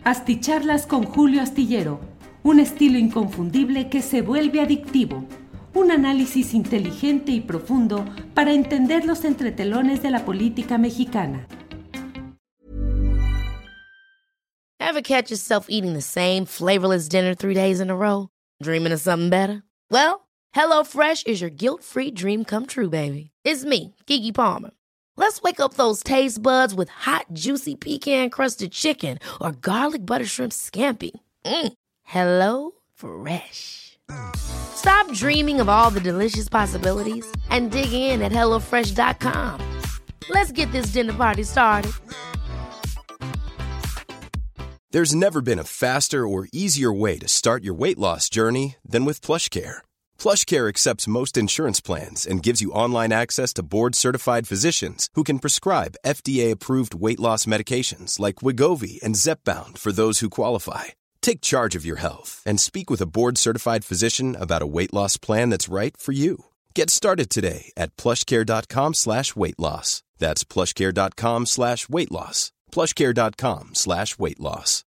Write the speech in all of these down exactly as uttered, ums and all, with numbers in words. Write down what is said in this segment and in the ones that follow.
Asticharlas con Julio Astillero, un estilo inconfundible que se vuelve adictivo. Un análisis inteligente y profundo para entender los entretelones de la política mexicana. Ever catch yourself eating the same flavorless dinner three days in a row? Dreaming of something better? Well, HelloFresh is your guilt-free dream come true, baby. It's me, Keke Palmer. Let's wake up those taste buds with hot, juicy pecan-crusted chicken or garlic butter shrimp scampi. Mm. Hello Fresh. Stop dreaming of all the delicious possibilities and dig in at hello fresh dot com. Let's get this dinner party started. There's never been a faster or easier way to start your weight loss journey than with PlushCare. PlushCare accepts most insurance plans and gives you online access to board-certified physicians who can prescribe F D A-approved weight loss medications like Wegovy and Zepbound for those who qualify. Take charge of your health and speak with a board-certified physician about a weight loss plan that's right for you. Get started today at plushcare.com slash weight loss. That's plushcare.com slash weight loss. plushcare.com slash weight loss.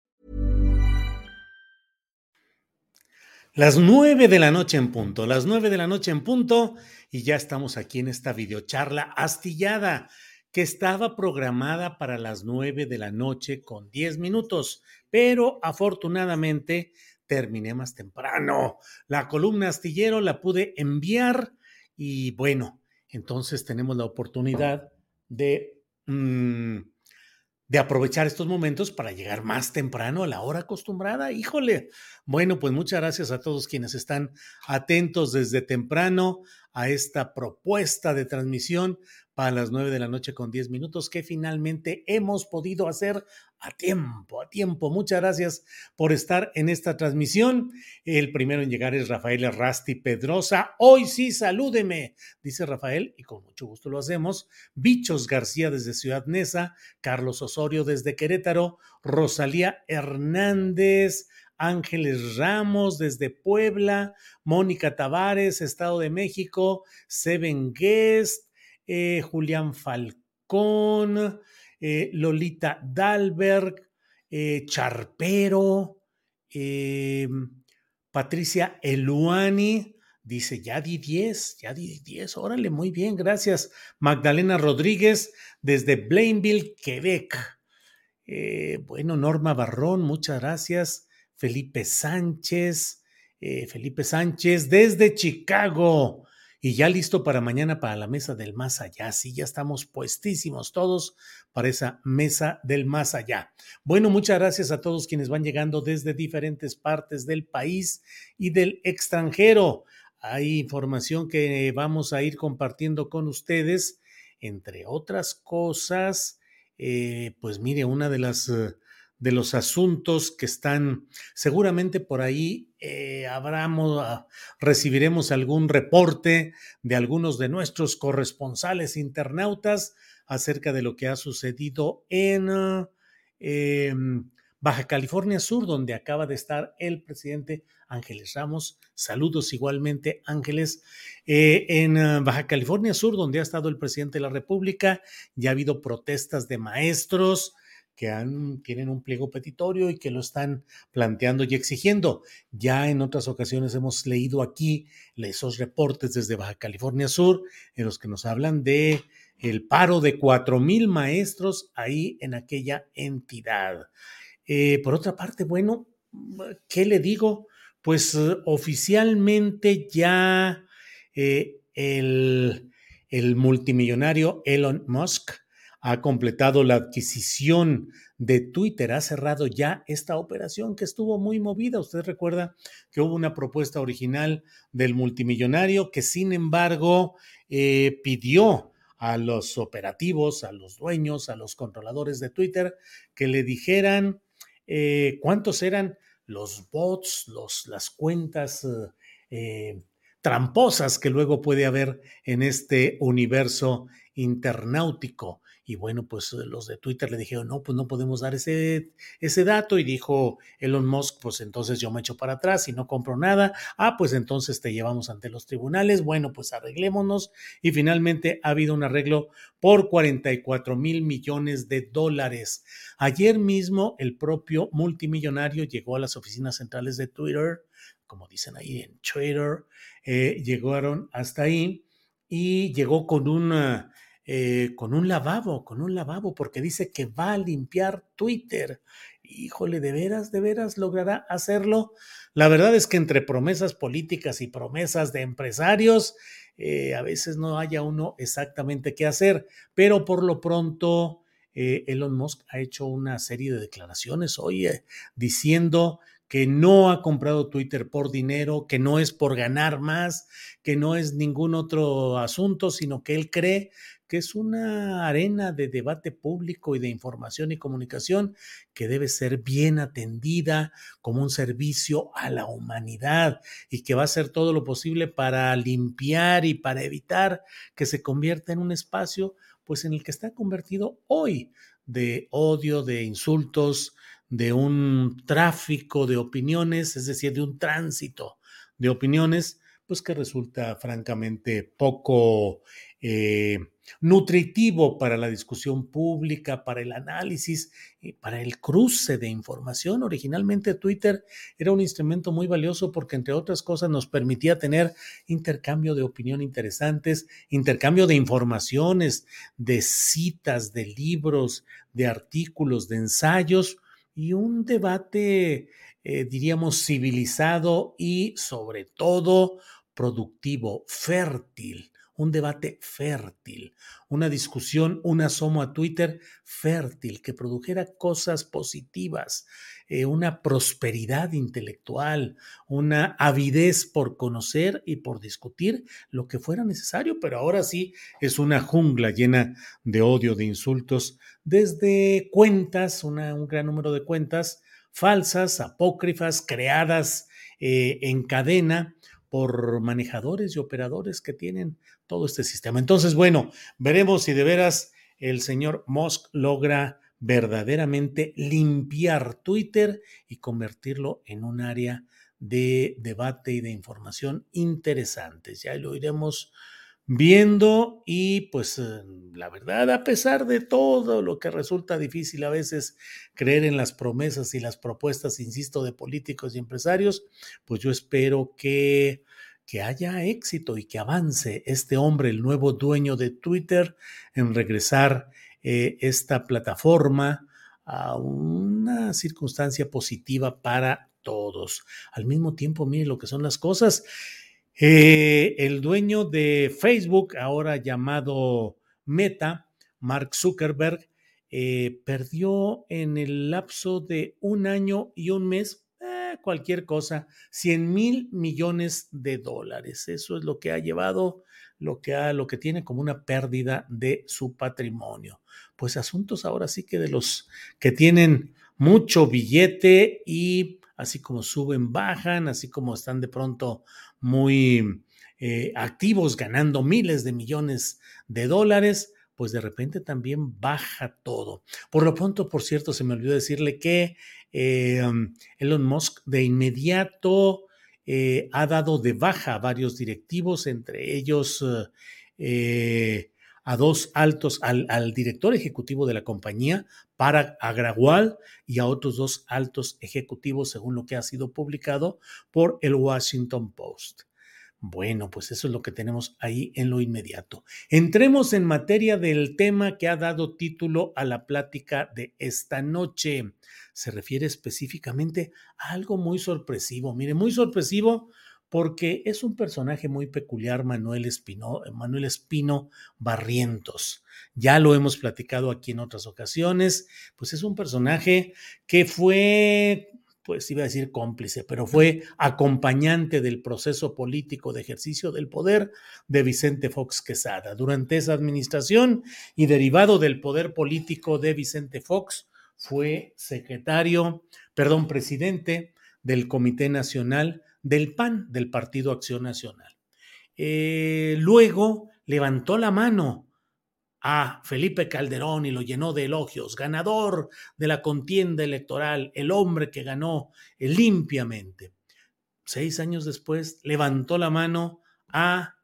Las nueve de la noche en punto, las nueve de la noche en punto, y ya estamos aquí en esta videocharla astillada que estaba programada para las nueve de la noche con diez minutos, pero afortunadamente terminé más temprano. La columna astillero la pude enviar y bueno, entonces tenemos la oportunidad de... Mmm, de aprovechar estos momentos para llegar más temprano a la hora acostumbrada. Híjole. Bueno, pues muchas gracias a todos quienes están atentos desde temprano a esta propuesta de transmisión para las nueve de la noche con diez minutos que finalmente hemos podido hacer a tiempo, a tiempo. Muchas gracias por estar en esta transmisión. El primero en llegar es Rafael Errasti Pedrosa. Hoy sí, salúdeme, dice Rafael, y con mucho gusto lo hacemos. Bichos García desde Ciudad Neza, Carlos Osorio desde Querétaro, Rosalía Hernández, Ángeles Ramos desde Puebla, Mónica Tavares, Estado de México, Seven Guest, eh, Julián Falcón, eh, Lolita Dalberg, eh, Charpero, eh, Patricia Eluani, dice, ya di diez, ya di diez, órale, muy bien, gracias. Magdalena Rodríguez desde Blainville, Quebec. Eh, bueno, Norma Barrón, muchas gracias. Felipe Sánchez, eh, Felipe Sánchez desde Chicago, y ya listo para mañana para la mesa del más allá. Sí, ya estamos puestísimos todos para esa mesa del más allá. Bueno, muchas gracias a todos quienes van llegando desde diferentes partes del país y del extranjero. Hay información que vamos a ir compartiendo con ustedes, entre otras cosas. Eh, pues mire, una de las... Uh, de los asuntos que están, seguramente por ahí eh, habramos, recibiremos algún reporte de algunos de nuestros corresponsales internautas acerca de lo que ha sucedido en eh, Baja California Sur, donde acaba de estar el presidente Ángeles Ramos. Saludos igualmente, Ángeles. Eh, en Baja California Sur, donde ha estado el presidente de la República, ya ha habido protestas de maestros que han, tienen un pliego petitorio y que lo están planteando y exigiendo. Ya en otras ocasiones hemos leído aquí esos reportes desde Baja California Sur en los que nos hablan de el paro de cuatro mil maestros ahí en aquella entidad. Eh, por otra parte, bueno, ¿qué le digo? Pues uh, oficialmente ya eh, el, el multimillonario Elon Musk ha completado la adquisición de Twitter, ha cerrado ya esta operación que estuvo muy movida. Usted recuerda que hubo una propuesta original del multimillonario que, sin embargo, eh, pidió a los operativos, a los dueños, a los controladores de Twitter, que le dijeran eh, cuántos eran los bots, los, las cuentas eh, tramposas que luego puede haber en este universo internautico. y bueno, pues los de Twitter le dijeron, no, pues no podemos dar ese, ese dato, y dijo Elon Musk, pues entonces yo me echo para atrás y no compro nada. Ah, pues entonces te llevamos ante los tribunales. Bueno, pues arreglémonos, y finalmente ha habido un arreglo por cuarenta y cuatro mil millones de dólares. Ayer mismo el propio multimillonario llegó a las oficinas centrales de Twitter, como dicen ahí en Twitter, eh, llegaron hasta ahí y llegó con una Eh, con un lavabo, con un lavabo, porque dice que va a limpiar Twitter. Híjole, ¿de veras, de veras logrará hacerlo? La verdad es que entre promesas políticas y promesas de empresarios, eh, a veces no haya uno exactamente qué hacer, pero por lo pronto eh, Elon Musk ha hecho una serie de declaraciones hoy eh, diciendo que no ha comprado Twitter por dinero, que no es por ganar más, que no es ningún otro asunto, sino que él cree que es una arena de debate público y de información y comunicación que debe ser bien atendida como un servicio a la humanidad, y que va a hacer todo lo posible para limpiar y para evitar que se convierta en un espacio pues en el que está convertido hoy, de odio, de insultos, de un tráfico de opiniones, es decir, de un tránsito de opiniones, pues que resulta francamente poco eh, nutritivo para la discusión pública, para el análisis y para el cruce de información. Originalmente Twitter era un instrumento muy valioso porque, entre otras cosas, nos permitía tener intercambio de opinión interesantes, intercambio de informaciones, de citas, de libros, de artículos, de ensayos, y un debate, eh, diríamos, civilizado y sobre todo productivo, fértil. Un debate fértil, una discusión, un asomo a Twitter fértil, que produjera cosas positivas, eh, una prosperidad intelectual, una avidez por conocer y por discutir lo que fuera necesario, pero ahora sí es una jungla llena de odio, de insultos, desde cuentas, una, un gran número de cuentas falsas, apócrifas, creadas eh, en cadena por manejadores y operadores que tienen todo este sistema. Entonces, bueno, veremos si de veras el señor Musk logra verdaderamente limpiar Twitter y convertirlo en un área de debate y de información interesantes. Ya lo iremos viendo, y pues la verdad, a pesar de todo lo que resulta difícil a veces creer en las promesas y las propuestas, insisto, de políticos y empresarios, pues yo espero que, que haya éxito y que avance este hombre, el nuevo dueño de Twitter, en regresar eh, esta plataforma a una circunstancia positiva para todos. Al mismo tiempo, mire lo que son las cosas. Eh, el dueño de Facebook, ahora llamado Meta, Mark Zuckerberg, eh, perdió en el lapso de un año y un mes, eh, cualquier cosa, cien mil millones de dólares. Eso es lo que ha llevado, lo que, ha, lo que tiene como una pérdida de su patrimonio. Pues asuntos ahora sí que de los que tienen mucho billete, y así como suben, bajan, así como están de pronto muy eh, activos ganando miles de millones de dólares, pues de repente también baja todo. Por lo pronto, por cierto, se me olvidó decirle que eh, Elon Musk de inmediato eh, ha dado de baja a varios directivos, entre ellos eh, a dos altos, al, al director ejecutivo de la compañía, Parag Agrawal, y a otros dos altos ejecutivos, según lo que ha sido publicado por el Washington Post. Bueno, pues eso es lo que tenemos ahí en lo inmediato. Entremos en materia del tema que ha dado título a la plática de esta noche. Se refiere específicamente a algo muy sorpresivo. Mire, muy sorpresivo porque es un personaje muy peculiar, Manuel Espino, Manuel Espino Barrientos. Ya lo hemos platicado aquí en otras ocasiones. Pues es un personaje que fue, pues iba a decir cómplice, pero fue acompañante del proceso político de ejercicio del poder de Vicente Fox Quesada. Durante esa administración, y derivado del poder político de Vicente Fox, fue secretario, perdón, presidente del Comité Nacional del P A N, del Partido Acción Nacional. Eh, luego levantó la mano a Felipe Calderón y lo llenó de elogios, ganador de la contienda electoral, el hombre que ganó limpiamente. Seis años después levantó la mano a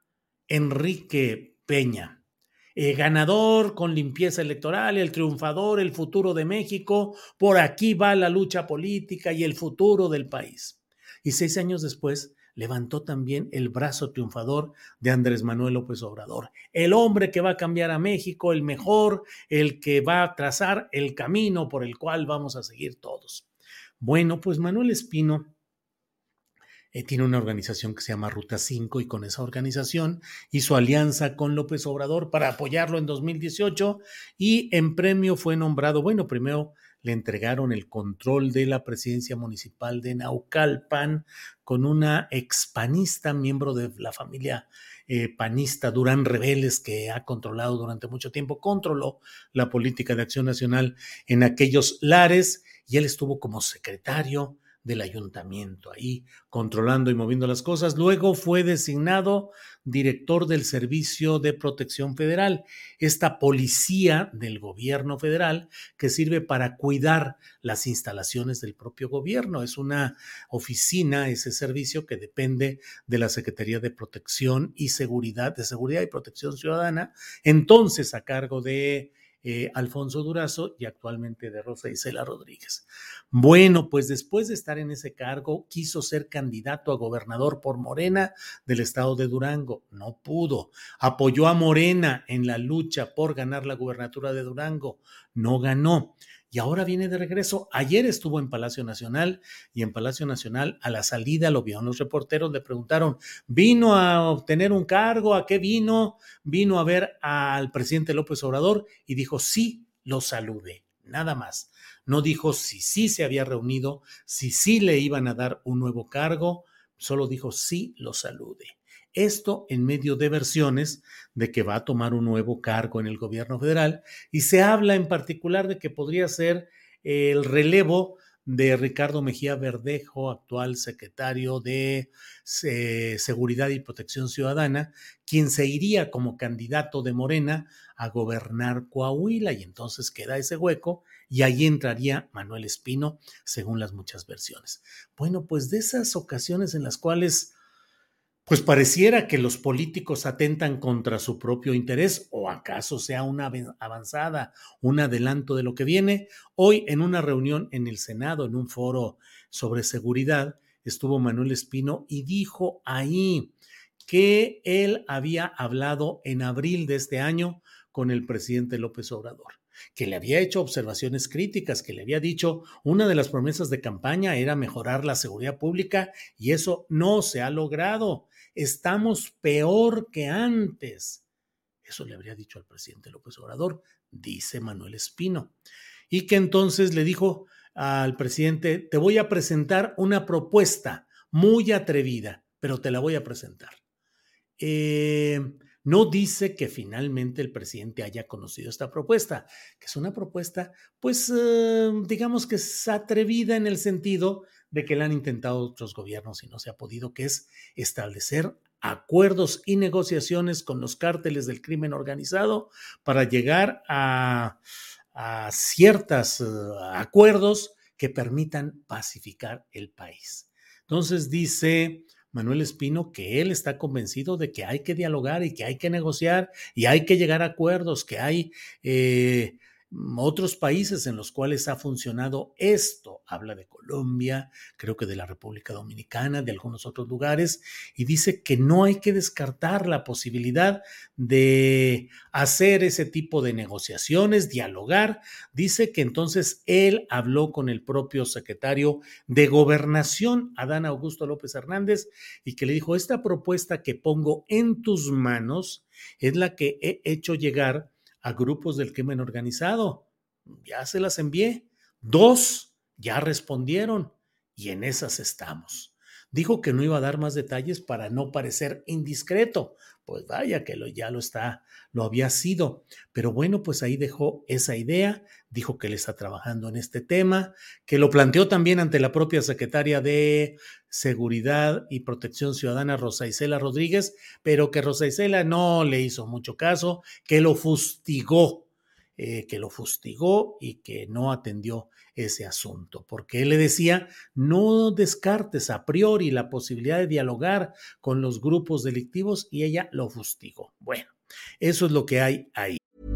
Enrique Peña, eh, ganador con limpieza electoral, el triunfador, el futuro de México, por aquí va la lucha política y el futuro del país. Y seis años después levantó también el brazo triunfador de Andrés Manuel López Obrador, el hombre que va a cambiar a México, el mejor, el que va a trazar el camino por el cual vamos a seguir todos. Bueno, pues Manuel Espino Eh, tiene una organización que se llama Ruta cinco y con esa organización hizo alianza con López Obrador para apoyarlo en dos mil dieciocho y en premio fue nombrado, bueno, primero le entregaron el control de la presidencia municipal de Naucalpan con una expanista, miembro de la familia eh, panista Durán Reveles, que ha controlado durante mucho tiempo, controló la política de Acción Nacional en aquellos lares y él estuvo como secretario del ayuntamiento, ahí controlando y moviendo las cosas. Luego fue designado director del Servicio de Protección Federal, esta policía del gobierno federal que sirve para cuidar las instalaciones del propio gobierno. Es una oficina, ese servicio que depende de la Secretaría de Protección y Seguridad, de Seguridad y Protección Ciudadana, entonces a cargo de Eh, Alfonso Durazo y actualmente de Rosa Isela Rodríguez. Bueno, pues después de estar en ese cargo, quiso ser candidato a gobernador por Morena del estado de Durango. No pudo. Apoyó a Morena en la lucha por ganar la gubernatura de Durango. No ganó. Y ahora viene de regreso. Ayer estuvo en Palacio Nacional y en Palacio Nacional a la salida lo vieron los reporteros, le preguntaron, ¿vino a obtener un cargo? ¿A qué vino? Vino a ver al presidente López Obrador y dijo, sí, lo saludé, nada más. No dijo si sí se había reunido, si sí le iban a dar un nuevo cargo, solo dijo sí, lo salude. Esto en medio de versiones de que va a tomar un nuevo cargo en el gobierno federal y se habla en particular de que podría ser el relevo de Ricardo Mejía Verdejo, actual secretario de eh, Seguridad y Protección Ciudadana, quien se iría como candidato de Morena a gobernar Coahuila y entonces queda ese hueco y ahí entraría Manuel Espino, según las muchas versiones. Bueno, pues de esas ocasiones en las cuales pues pareciera que los políticos atentan contra su propio interés, o acaso sea una avanzada, un adelanto de lo que viene. Hoy en una reunión en el Senado, en un foro sobre seguridad, estuvo Manuel Espino y dijo ahí que él había hablado en abril de este año con el presidente López Obrador, que le había hecho observaciones críticas, que le había dicho una de las promesas de campaña era mejorar la seguridad pública y eso no se ha logrado. Estamos peor que antes. Eso le habría dicho al presidente López Obrador, dice Manuel Espino. Y que entonces le dijo al presidente, te voy a presentar una propuesta muy atrevida, pero te la voy a presentar. Eh, no dice que finalmente el presidente haya conocido esta propuesta, que es una propuesta, pues eh, digamos que es atrevida en el sentido de que la han intentado otros gobiernos y no se ha podido, que es establecer acuerdos y negociaciones con los cárteles del crimen organizado para llegar a, a ciertos uh, acuerdos que permitan pacificar el país. Entonces dice Manuel Espino que él está convencido de que hay que dialogar y que hay que negociar y hay que llegar a acuerdos, que hay eh, otros países en los cuales ha funcionado esto. Habla de Colombia, creo que de la República Dominicana, de algunos otros lugares, y dice que no hay que descartar la posibilidad de hacer ese tipo de negociaciones, dialogar. Dice que entonces él habló con el propio secretario de Gobernación, Adán Augusto López Hernández, y que le dijo, esta propuesta que pongo en tus manos es la que he hecho llegar a grupos del crimen organizado. Ya se las envié. Dos ya respondieron y en esas estamos. Dijo que no iba a dar más detalles para no parecer indiscreto. Pues vaya que lo, ya lo está, lo había sido. Pero bueno, pues ahí dejó esa idea, dijo que él está trabajando en este tema, que lo planteó también ante la propia secretaria de Seguridad y Protección Ciudadana, Rosa Isela Rodríguez, pero que Rosa Isela no le hizo mucho caso, que lo fustigó, eh, que lo fustigó y que no atendió ese asunto, porque él le decía, no descartes a priori la posibilidad de dialogar con los grupos delictivos y ella lo fustigó. Bueno, eso es lo que hay ahí.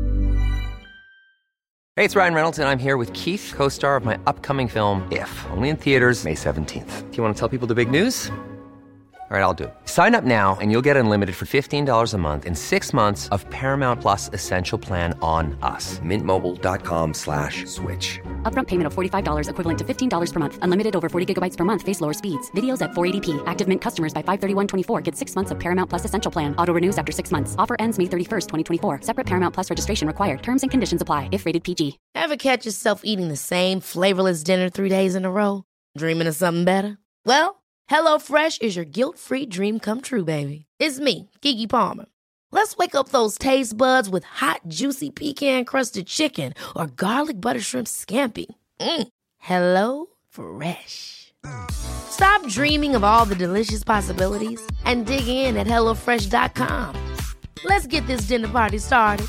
Hey, it's Ryan Reynolds, and I'm here with Keith, co-star of my upcoming film, If, only in theaters May seventeenth. Do you want to tell people the big news? All right, I'll do it. Sign up now and you'll get unlimited for fifteen dollars a month and six months of Paramount Plus Essential Plan on us. Mint Mobile dot com slash switch. Upfront payment of forty-five dollars equivalent to fifteen dollars per month. Unlimited over forty gigabytes per month. Face lower speeds. Videos at four eighty p. Active Mint customers by five thirty-one twenty-four get six months of Paramount Plus Essential Plan. Auto renews after six months. Offer ends May thirty-first, twenty twenty-four. Separate Paramount Plus registration required. Terms and conditions apply if rated P G. Ever catch yourself eating the same flavorless dinner three days in a row? Dreaming of something better? Well, HelloFresh is your guilt-free dream come true, baby. It's me, Keke Palmer. Let's wake up those taste buds with hot, juicy pecan-crusted chicken or garlic butter shrimp scampi. Mm. Hello Fresh. Stop dreaming of all the delicious possibilities and dig in at hello fresh dot com. Let's get this dinner party started.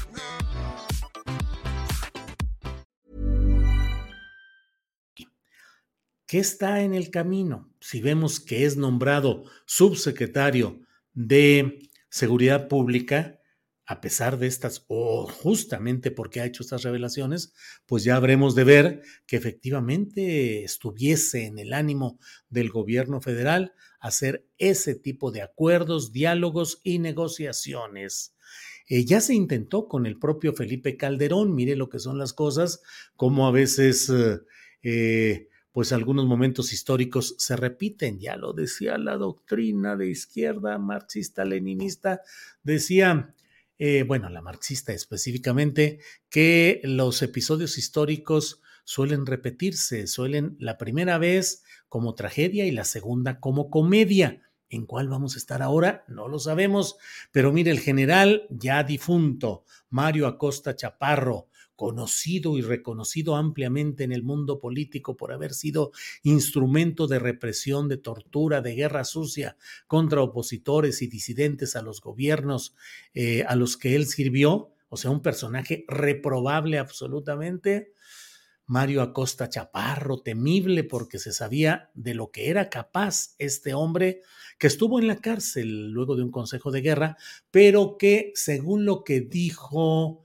¿Qué está en el camino? Si vemos que es nombrado subsecretario de Seguridad Pública, a pesar de estas, o justamente porque ha hecho estas revelaciones, pues ya habremos de ver que efectivamente estuviese en el ánimo del gobierno federal hacer ese tipo de acuerdos, diálogos y negociaciones. Eh, ya se intentó con el propio Felipe Calderón, mire lo que son las cosas, como a veces eh, eh, pues algunos momentos históricos se repiten, ya lo decía la doctrina de izquierda marxista-leninista, decía, eh, bueno, la marxista específicamente, que los episodios históricos suelen repetirse, suelen la primera vez como tragedia y la segunda como comedia. ¿En cuál vamos a estar ahora? No lo sabemos, pero mire, el general ya difunto, Mario Acosta Chaparro, conocido y reconocido ampliamente en el mundo político por haber sido instrumento de represión, de tortura, de guerra sucia contra opositores y disidentes a los gobiernos eh, a los que él sirvió, o sea, un personaje reprobable absolutamente. Mario Acosta Chaparro, temible porque se sabía de lo que era capaz este hombre que estuvo en la cárcel luego de un consejo de guerra, pero que según lo que dijo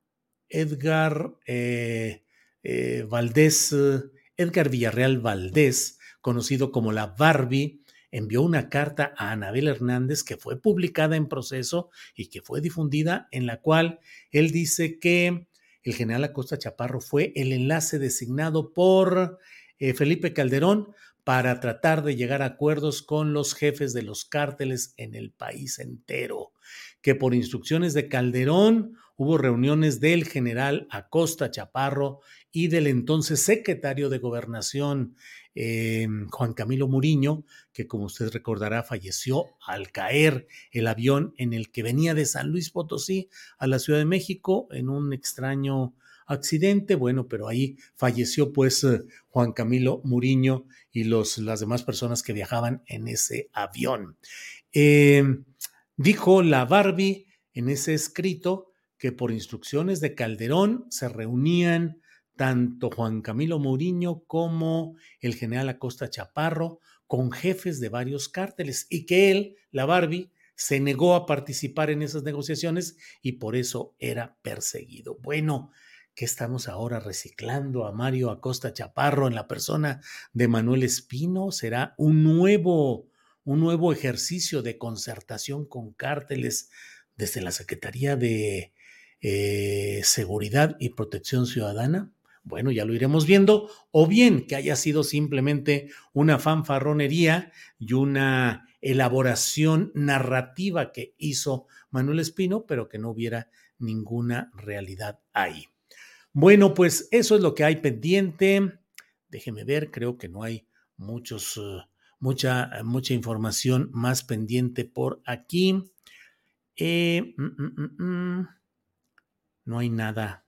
Edgar eh, eh, Valdés, Edgar Villarreal Valdés, conocido como la Barbie, envió una carta a Anabel Hernández que fue publicada en Proceso y que fue difundida, en la cual él dice que el general Acosta Chaparro fue el enlace designado por eh, Felipe Calderón para tratar de llegar a acuerdos con los jefes de los cárteles en el país entero, que por instrucciones de Calderón hubo reuniones del general Acosta Chaparro y del entonces secretario de Gobernación, eh, Juan Camilo Muriño, que como usted recordará falleció al caer el avión en el que venía de San Luis Potosí a la Ciudad de México en un extraño accidente. Bueno, pero ahí falleció pues eh, Juan Camilo Muriño y los, las demás personas que viajaban en ese avión. Eh, dijo la Barbie en ese escrito que por instrucciones de Calderón se reunían tanto Juan Camilo Muriño como el general Acosta Chaparro con jefes de varios cárteles y que él, la Barbie, se negó a participar en esas negociaciones y por eso era perseguido. Bueno, ¿qué estamos ahora reciclando a Mario Acosta Chaparro en la persona de Manuel Espino? ¿Será un nuevo, un nuevo ejercicio de concertación con cárteles desde la Secretaría de eh, Seguridad y Protección Ciudadana? Bueno, ya lo iremos viendo, o bien que haya sido simplemente una fanfarronería y una elaboración narrativa que hizo Manuel Espino, pero que no hubiera ninguna realidad ahí. Bueno, pues eso es lo que hay pendiente. Déjeme ver, creo que no hay muchos, uh, mucha, mucha información más pendiente por aquí. Eh, mm, mm, mm, no hay nada.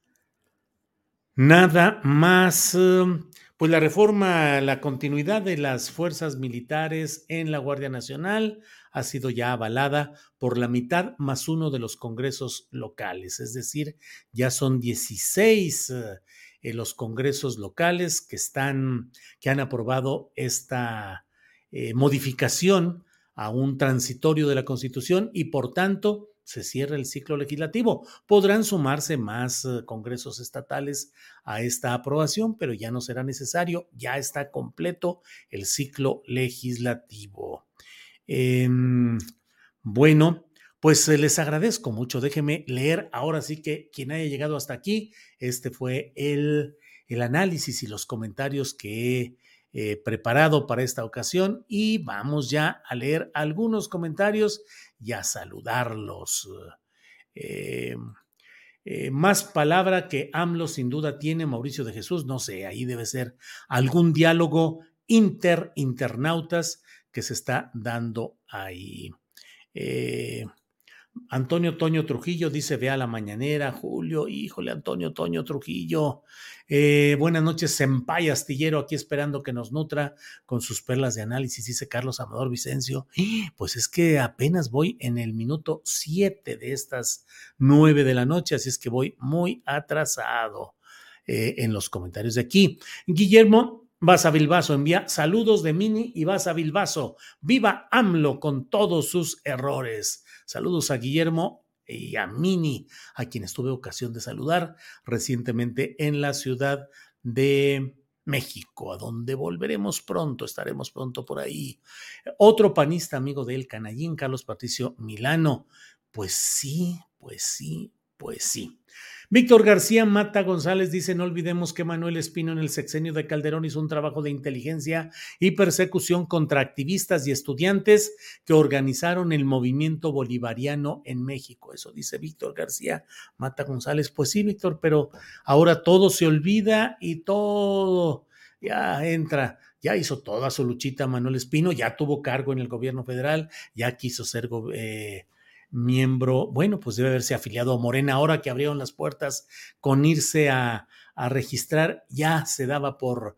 Nada más. eh, Pues la reforma, la continuidad de las fuerzas militares en la Guardia Nacional ha sido ya avalada por la mitad más uno de los congresos locales, es decir, ya son dieciséis eh, eh, los congresos locales que están, que han aprobado esta eh, modificación a un transitorio de la Constitución y por tanto se cierra el ciclo legislativo. Podrán sumarse más eh, congresos estatales a esta aprobación, pero ya no será necesario, ya está completo el ciclo legislativo. Eh, bueno, pues eh, les agradezco mucho. Déjenme leer ahora sí que quien haya llegado hasta aquí, este fue el, el análisis y los comentarios que he eh, preparado para esta ocasión y vamos ya a leer algunos comentarios y a saludarlos. Eh, eh, más palabra que AMLO sin duda tiene Mauricio de Jesús, no sé, ahí debe ser algún diálogo inter-internautas que se está dando ahí. Eh, Antonio Toño Trujillo dice, ve a la mañanera, Julio, híjole, Antonio Toño Trujillo. Eh, buenas noches, Senpai Astillero, aquí esperando que nos nutra con sus perlas de análisis, dice Carlos Amador Vicencio. Pues es que apenas voy en el minuto siete de estas nueve de la noche, así es que voy muy atrasado eh, en los comentarios de aquí. Guillermo Baza Bilbaso envía saludos de Mini y Baza Bilbaso. Viva AMLO con todos sus errores. Saludos a Guillermo y a Mini, a quienes tuve ocasión de saludar recientemente en la Ciudad de México, a donde volveremos pronto, estaremos pronto por ahí. Otro panista amigo de él, Canallín, Carlos Patricio Milano. Pues sí, pues sí, pues sí. Víctor García Mata González dice, no olvidemos que Manuel Espino en el sexenio de Calderón hizo un trabajo de inteligencia y persecución contra activistas y estudiantes que organizaron el movimiento bolivariano en México. Eso dice Víctor García Mata González. Pues sí, Víctor, pero ahora todo se olvida y todo ya entra, ya hizo toda su luchita Manuel Espino, ya tuvo cargo en el gobierno federal, ya quiso ser eh, miembro, bueno, pues debe haberse afiliado a Morena. Ahora que abrieron las puertas con irse a, a registrar, ya se daba por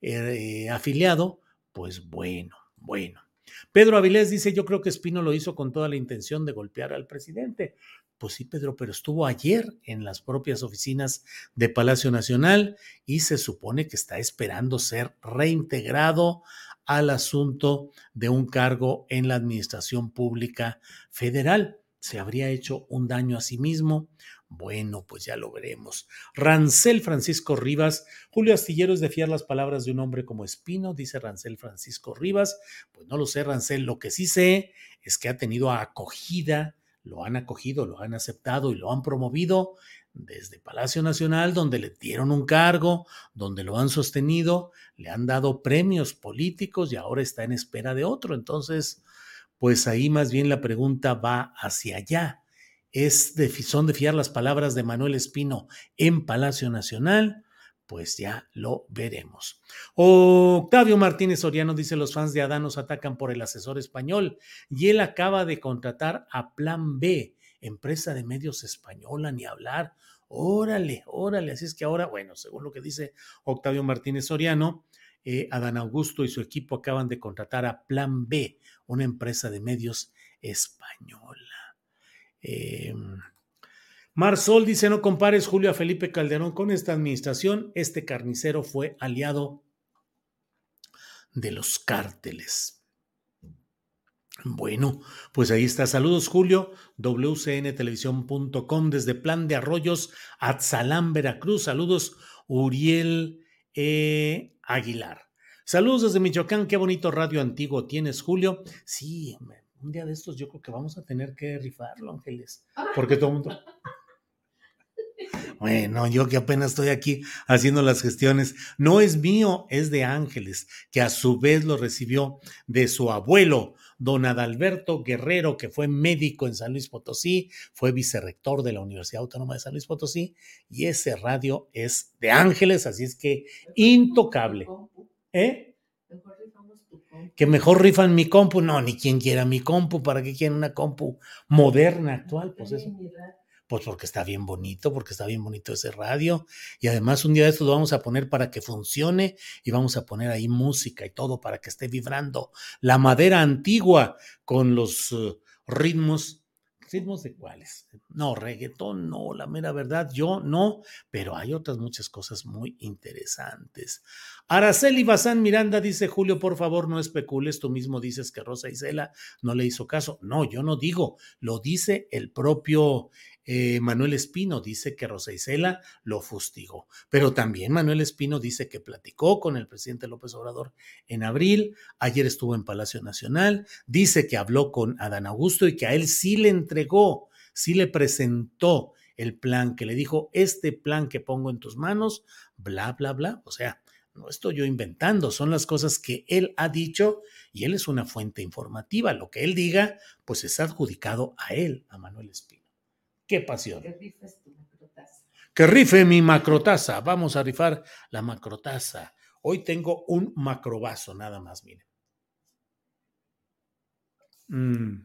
eh, afiliado, pues bueno, bueno. Pedro Avilés dice, yo creo que Espino lo hizo con toda la intención de golpear al presidente. Pues sí, Pedro, pero estuvo ayer en las propias oficinas de Palacio Nacional y se supone que está esperando ser reintegrado al asunto de un cargo en la administración pública federal. ¿Se habría hecho un daño a sí mismo? Bueno, pues ya lo veremos. Rancel Francisco Rivas, Julio Astillero es de fiar las palabras de un hombre como Espino, dice Rancel Francisco Rivas. Pues no lo sé, Rancel, lo que sí sé es que ha tenido acogida, lo han acogido, lo han aceptado y lo han promovido desde Palacio Nacional, donde le dieron un cargo, donde lo han sostenido, le han dado premios políticos y ahora está en espera de otro. Entonces, pues ahí más bien la pregunta va hacia allá. ¿Es de, ¿Son de fiar las palabras de Manuel Espino en Palacio Nacional? Pues ya lo veremos. Octavio Martínez Soriano dice, los fans de Adán nos atacan por el asesor español y él acaba de contratar a Plan B, empresa de medios española, ni hablar. Órale, órale. Así es que ahora, bueno, según lo que dice Octavio Martínez Soriano, eh, Adán Augusto y su equipo acaban de contratar a Plan B, una empresa de medios española. Eh, Marsol dice, no compares Julio a Felipe Calderón con esta administración, este carnicero fue aliado de los cárteles. Bueno, pues ahí está. Saludos, Julio, w c n televisión punto com desde Plan de Arroyos, Atzalán, Veracruz. Saludos, Uriel e. Aguilar. Saludos desde Michoacán, qué bonito radio antiguo tienes, Julio. Sí, un día de estos yo creo que vamos a tener que rifarlo, Ángeles, porque todo el mundo... Bueno, yo que apenas estoy aquí haciendo las gestiones, no es mío, es de Ángeles, que a su vez lo recibió de su abuelo, don Adalberto Guerrero, que fue médico en San Luis Potosí, fue vicerrector de la Universidad Autónoma de San Luis Potosí, y ese radio es de Ángeles, así es que intocable. ¿Eh? que mejor rifan mi compu. No, ni quien quiera mi compu. ¿Para qué quieren una compu moderna, actual? Pues eso. Pues porque está bien bonito, porque está bien bonito ese radio. Y además un día de estos lo vamos a poner para que funcione y vamos a poner ahí música y todo para que esté vibrando la madera antigua con los uh, ritmos. ¿Ritmos de cuáles? No, reggaetón no, la mera verdad, yo no, pero hay otras muchas cosas muy interesantes. Araceli Bazán Miranda dice, Julio, por favor, no especules, tú mismo dices que Rosa Isela no le hizo caso. No, yo no digo, lo dice el propio eh, Manuel Espino, dice que Rosa Isela lo fustigó, pero también Manuel Espino dice que platicó con el presidente López Obrador en abril, ayer estuvo en Palacio Nacional, dice que habló con Adán Augusto y que a él sí le entregó, sí le presentó el plan, que le dijo, este plan que pongo en tus manos, bla, bla, bla, o sea, no estoy yo inventando, son las cosas que él ha dicho y él es una fuente informativa. Lo que él diga, pues es adjudicado a él, a Manuel Espino. ¡Qué pasión! Que rifes tu macrotaza. Que rife mi macrotaza. Vamos a rifar la macrotaza. Hoy tengo un macrovaso, nada más, miren. Mm.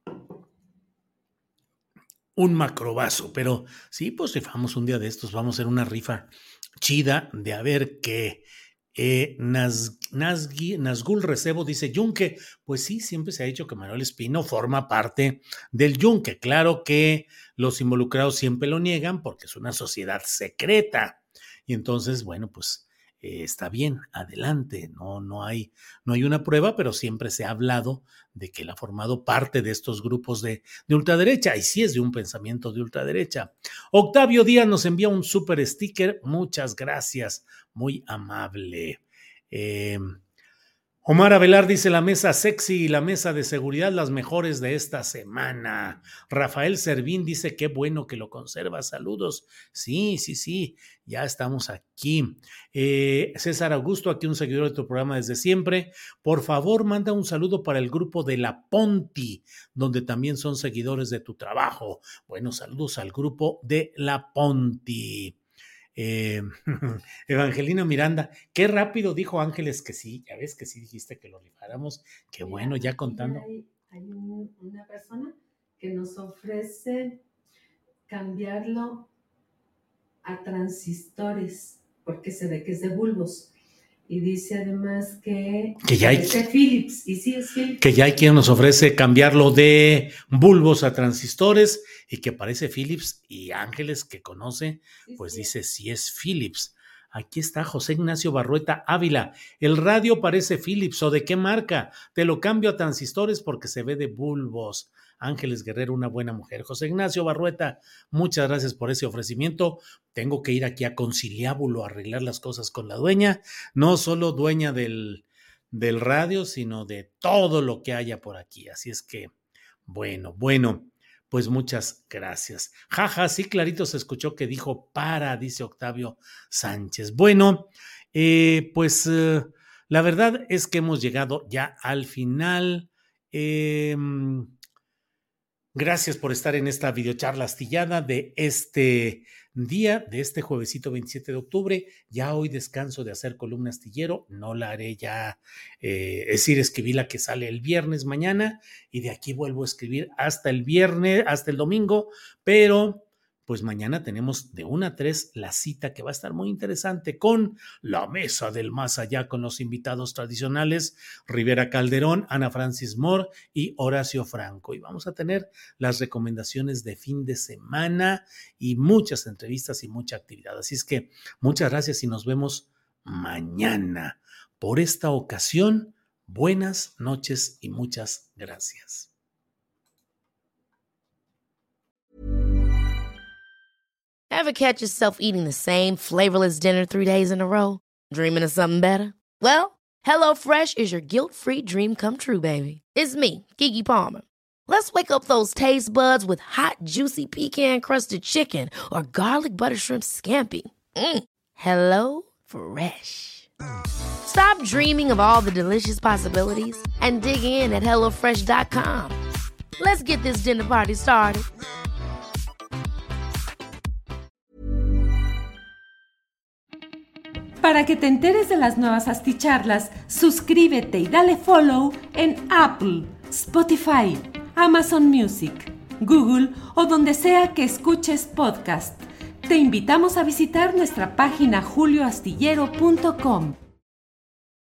Un macrovaso, pero sí, pues rifamos un día de estos, vamos a hacer una rifa chida de a ver qué. Eh, Naz, Nazgui, Nazgul Recebo dice, Yunque, pues sí, siempre se ha dicho que Manuel Espino forma parte del Yunque, claro que los involucrados siempre lo niegan porque es una sociedad secreta, y entonces, bueno, pues eh, está bien, adelante, no, no, hay, no hay una prueba, pero siempre se ha hablado de que él ha formado parte de estos grupos de, de ultraderecha, y sí es de un pensamiento de ultraderecha. Octavio Díaz nos envía un super sticker, muchas gracias, muy amable. Eh, Omar Avelar dice, la mesa sexy y la mesa de seguridad, las mejores de esta semana. Rafael Servín dice, qué bueno que lo conserva, saludos. Sí, sí, sí, ya estamos aquí. Eh, César Augusto, aquí un seguidor de tu programa desde siempre. Por favor, manda un saludo para el grupo de La Ponti, donde también son seguidores de tu trabajo. Bueno, saludos al grupo de La Ponti. Eh, Evangelina Miranda, qué rápido dijo Ángeles que sí, ya ves que sí dijiste que lo rifáramos, qué bueno, ya contando. Hay, hay un, una persona que nos ofrece cambiarlo a transistores, porque se ve que es de bulbos. Y dice además que, que ya hay Philips, y sí es Philips. Que ya hay quien nos ofrece cambiarlo de bulbos a transistores y que parece Philips, y Ángeles que conoce, pues sí, sí. dice sí es Philips. Aquí está José Ignacio Barrueta Ávila. El radio parece Philips, ¿o de qué marca? Te lo cambio a transistores porque se ve de bulbos. Ángeles Guerrero, una buena mujer. José Ignacio Barrueta, muchas gracias por ese ofrecimiento. Tengo que ir aquí a Conciliábulo a arreglar las cosas con la dueña, no solo dueña del, del radio, sino de todo lo que haya por aquí. Así es que, bueno, bueno, pues muchas gracias. Jaja, sí, clarito se escuchó que dijo para, dice Octavio Sánchez. Bueno, eh, pues eh, la verdad es que hemos llegado ya al final. Eh, Gracias por estar en esta videocharla astillada de este día, de este juevesito veintisiete de octubre. Ya hoy descanso de hacer columna astillero, no la haré ya, eh, es decir, escribí la que sale el viernes mañana y de aquí vuelvo a escribir hasta el viernes, hasta el domingo, pero pues mañana tenemos de una a tres la cita que va a estar muy interesante con la mesa del más allá, con los invitados tradicionales, Rivera Calderón, Ana Francis Moore y Horacio Franco. Y vamos a tener las recomendaciones de fin de semana y muchas entrevistas y mucha actividad. Así es que muchas gracias y nos vemos mañana. Por esta ocasión, buenas noches y muchas gracias. Ever catch yourself eating the same flavorless dinner three days in a row? Dreaming of something better? Well, HelloFresh is your guilt-free dream come true, baby. It's me, Keke Palmer. Let's wake up those taste buds with hot, juicy pecan-crusted chicken or garlic butter shrimp scampi. Mm. Hello Fresh. Stop dreaming of all the delicious possibilities and dig in at hello fresh dot com. Let's get this dinner party started. Para que te enteres de las nuevas asticharlas, suscríbete y dale follow en Apple, Spotify, Amazon Music, Google o donde sea que escuches podcast. Te invitamos a visitar nuestra página julio astillero punto com.